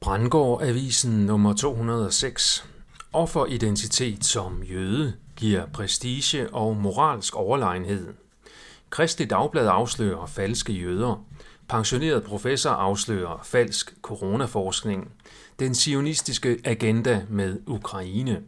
Brandgård Avisen nummer 206. Offeridentitet som jøde giver prestige og moralsk overlegenhed. Kristeligt Dagblad afslører falske jøder. Pensioneret professor afslører falsk coronaforskning. Den zionistiske agenda med Ukraine.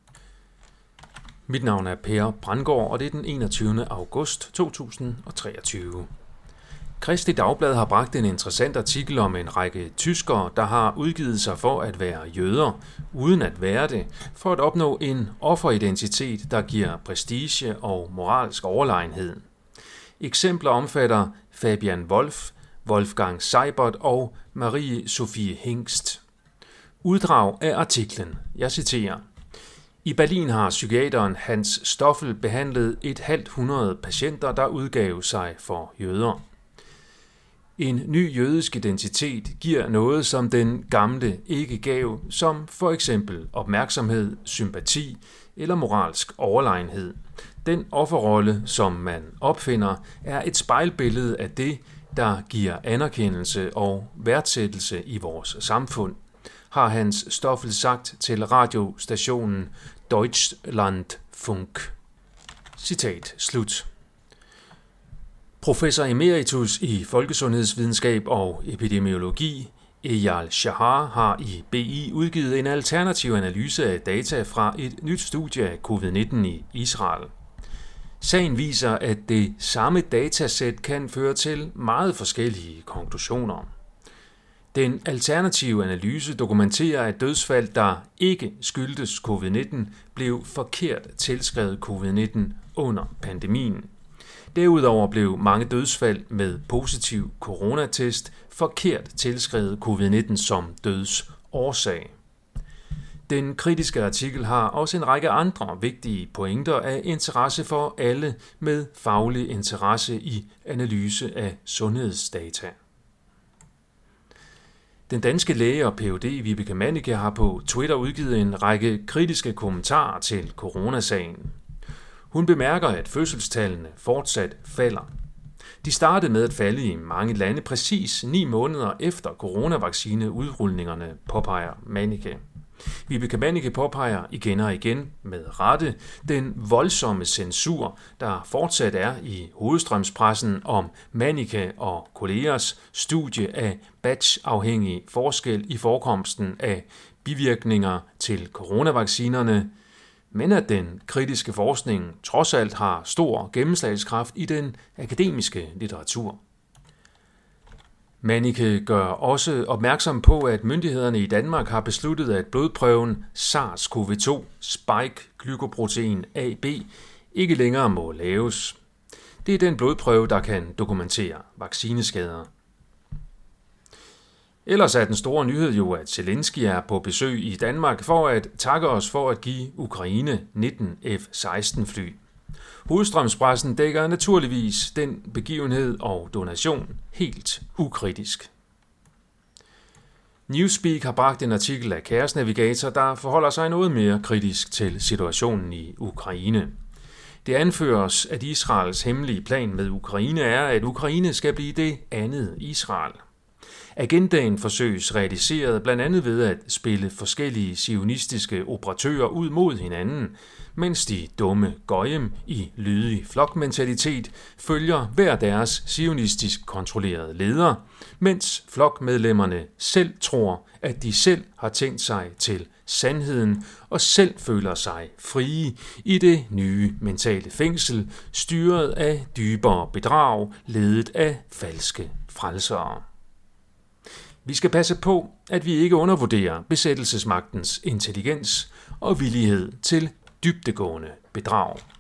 Mit navn er Per Brandgård, og det er den 21. august 2023. Kristeligt Dagblad har bragt en interessant artikel om en række tyskere, der har udgivet sig for at være jøder, uden at være det, for at opnå en offeridentitet, der giver prestige og moralsk overlegenhed. Eksempler omfatter Fabian Wolf, Wolfgang Seibert og Marie Sophie Hingst. Uddrag af artiklen. Jeg citerer. I Berlin har psykiateren Hans Stoffel behandlet 100 patienter, der udgav sig for jøder. En ny jødisk identitet giver noget, som den gamle ikke gav, som for eksempel opmærksomhed, sympati eller moralsk overlegenhed. Den offerrolle, som man opfinder, er et spejlbillede af det, der giver anerkendelse og værdsættelse i vores samfund, har Hans Stoffel sagt til radiostationen Deutschlandfunk. Citat slut. Professor emeritus i folkesundhedsvidenskab og epidemiologi, Eyal Shahar, har i BI udgivet en alternativ analyse af data fra et nyt studie af covid-19 i Israel. Sagen viser, at det samme datasæt kan føre til meget forskellige konklusioner. Den alternative analyse dokumenterer, at dødsfald, der ikke skyldtes covid-19, blev forkert tilskrevet covid-19 under pandemien. Derudover blev mange dødsfald med positiv coronatest forkert tilskrevet covid-19 som dødsårsag. Den kritiske artikel har også en række andre vigtige pointer af interesse for alle med faglig interesse i analyse af sundhedsdata. Den danske læge og Ph.D. Vibeke Mannicke har på Twitter udgivet en række kritiske kommentarer til coronasagen. Hun bemærker, at fødselstallene fortsat falder. De startede med at falde i mange lande præcis 9 måneder efter coronavaccineudrulningerne, påpeger Mannicke. Vibeke Mannicke påpeger igen og igen med rette den voldsomme censur, der fortsat er i hovedstrømspressen om Mannicke og kollegers studie af batch-afhængig forskel i forekomsten af bivirkninger til coronavaccinerne, men at den kritiske forskning trods alt har stor gennemslagskraft i den akademiske litteratur. Mannicke gør også opmærksom på, at myndighederne i Danmark har besluttet, at blodprøven SARS-CoV-2 spike-glykoprotein AB ikke længere må laves. Det er den blodprøve, der kan dokumentere vaccineskader. Ellers er den store nyhed jo, at Zelensky er på besøg i Danmark for at takke os for at give Ukraine 19 F-16-fly. Hovedstrømspressen dækker naturligvis den begivenhed og donation helt ukritisk. Newspeak har bragt en artikel af Chaos Navigator, der forholder sig noget mere kritisk til situationen i Ukraine. Det anføres, at Israels hemmelige plan med Ukraine er, at Ukraine skal blive det andet Israel. Agendaen forsøges realiseret blandt andet ved at spille forskellige zionistiske operatører ud mod hinanden, mens de dumme goyim i lydig flokmentalitet følger hver deres zionistisk kontrollerede leder, mens flokmedlemmerne selv tror, at de selv har tænkt sig til sandheden og selv føler sig frie i det nye mentale fængsel, styret af dybere bedrag, ledet af falske frelsere. Vi skal passe på, at vi ikke undervurderer besættelsesmagtens intelligens og villighed til dybdegående bedrag.